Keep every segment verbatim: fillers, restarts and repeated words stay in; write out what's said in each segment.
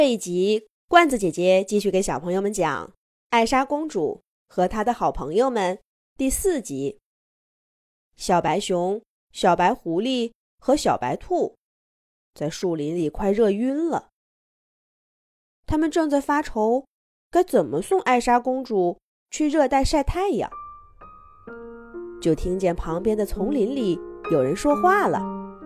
这一集，罐子姐姐继续给小朋友们讲《艾莎公主和她的好朋友们》第四集。小白熊、小白狐狸和小白兔在树林里快热晕了，他们正在发愁该怎么送艾莎公主去热带晒太阳。就听见旁边的丛林里有人说话了：“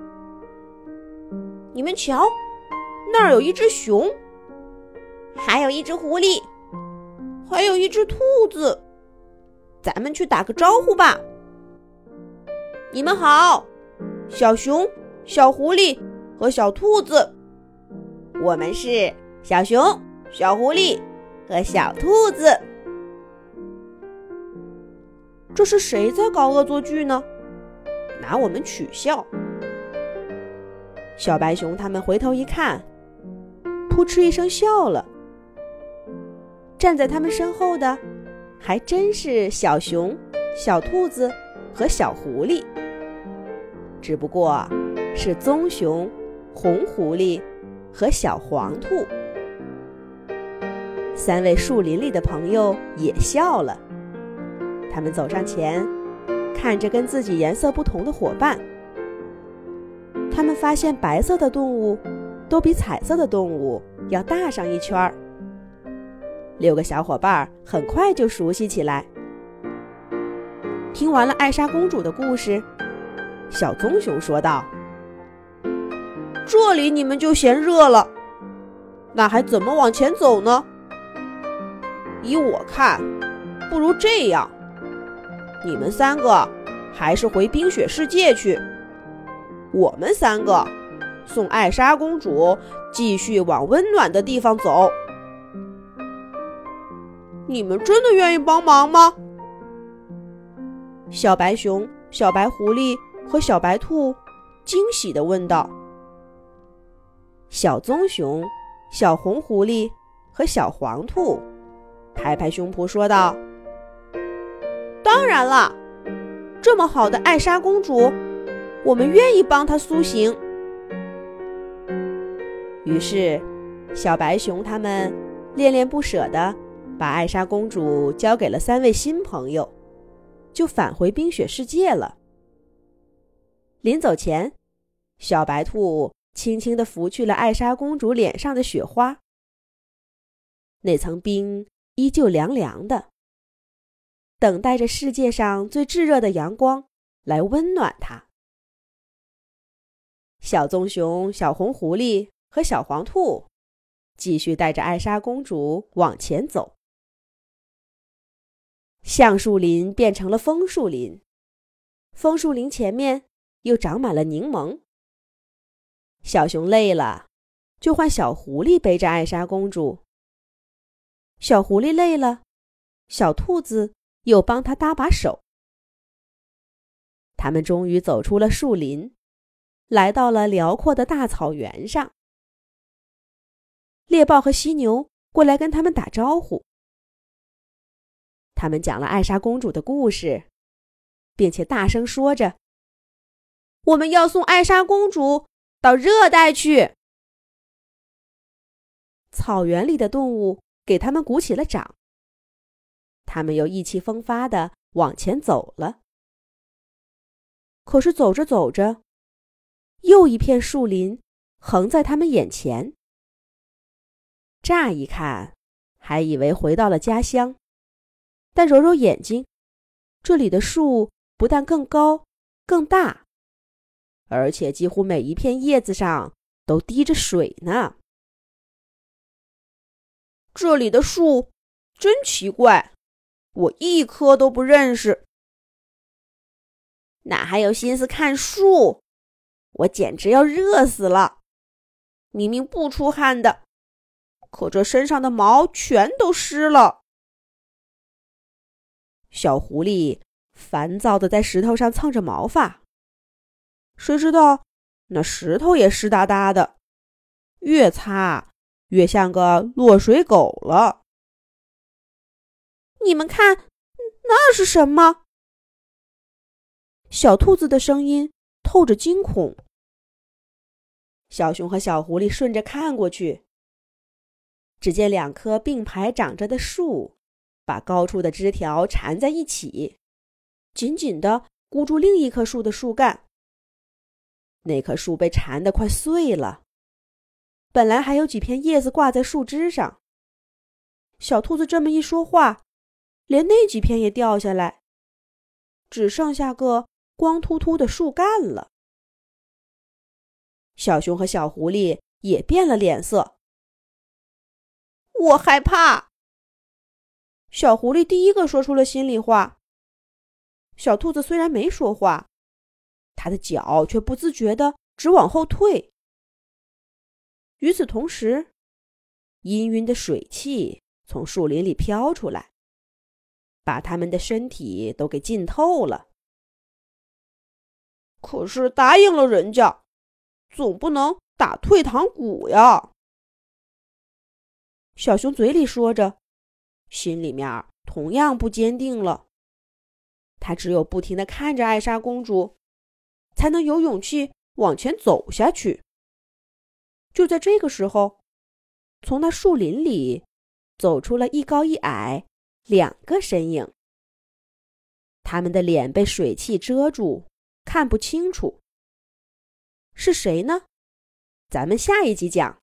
你们瞧，那儿有一只熊，还有一只狐狸，还有一只兔子，咱们去打个招呼吧。你们好，小熊、小狐狸和小兔子，我们是小熊、小狐狸和小兔子。”这是谁在搞恶作剧呢？拿我们取笑。小白熊他们回头一看，扑哧一声笑了。站在他们身后的还真是小熊、小兔子和小狐狸，只不过是棕熊、红狐狸和小黄兔。三位树林里的朋友也笑了，他们走上前，看着跟自己颜色不同的伙伴。他们发现白色的动物都比彩色的动物要大上一圈儿。六个小伙伴很快就熟悉起来。听完了艾莎公主的故事，小棕熊说道：“这里你们就嫌热了，那还怎么往前走呢？依我看，不如这样，你们三个还是回冰雪世界去，我们三个送艾莎公主继续往温暖的地方走。你们真的愿意帮忙吗？”小白熊、小白狐狸和小白兔惊喜地问道。小棕熊、小红狐狸和小黄兔拍拍胸脯说道：“当然了，这么好的艾莎公主，我们愿意帮她苏醒。”于是小白熊他们恋恋不舍地把艾莎公主交给了三位新朋友，就返回冰雪世界了。临走前，小白兔轻轻地拂去了艾莎公主脸上的雪花，那层冰依旧凉凉的，等待着世界上最炙热的阳光来温暖她。小棕熊、小红狐狸和小黄兔继续带着艾莎公主往前走。橡树林变成了枫树林，枫树林前面又长满了柠檬。小熊累了，就换小狐狸背着艾莎公主。小狐狸累了，小兔子又帮他搭把手。他们终于走出了树林，来到了辽阔的大草原上。猎豹和犀牛过来跟他们打招呼。他们讲了艾莎公主的故事，并且大声说着：“我们要送艾莎公主到热带去。”草原里的动物给他们鼓起了掌，他们又意气风发地往前走了。可是走着走着，又一片树林横在他们眼前。乍一看，还以为回到了家乡，但揉揉眼睛，这里的树不但更高、更大，而且几乎每一片叶子上都滴着水呢。这里的树真奇怪，我一棵都不认识。哪还有心思看树？我简直要热死了！明明不出汗的，可这身上的毛全都湿了。小狐狸烦躁地在石头上蹭着毛发，谁知道那石头也湿哒哒的，越擦越像个落水狗了。你们看，那是什么？小兔子的声音透着惊恐。小熊和小狐狸顺着看过去， 只见两棵并排长着的树，把高处的枝条缠在一起，紧紧地箍住另一棵树的树干。那棵树被缠得快碎了，本来还有几片叶子挂在树枝上。小兔子这么一说话，连那几片也掉下来，只剩下个光秃秃的树干了。小熊和小狐狸也变了脸色。我害怕。小狐狸第一个说出了心里话。小兔子虽然没说话，它的脚却不自觉地直往后退。与此同时，氤氲的水汽从树林里飘出来，把它们的身体都给浸透了。可是答应了人家，总不能打退堂鼓呀。小熊嘴里说着，心里面同样不坚定了。他只有不停地看着艾莎公主，才能有勇气往前走下去。就在这个时候，从那树林里走出了一高一矮两个身影。他们的脸被水汽遮住，看不清楚。是谁呢？咱们下一集讲。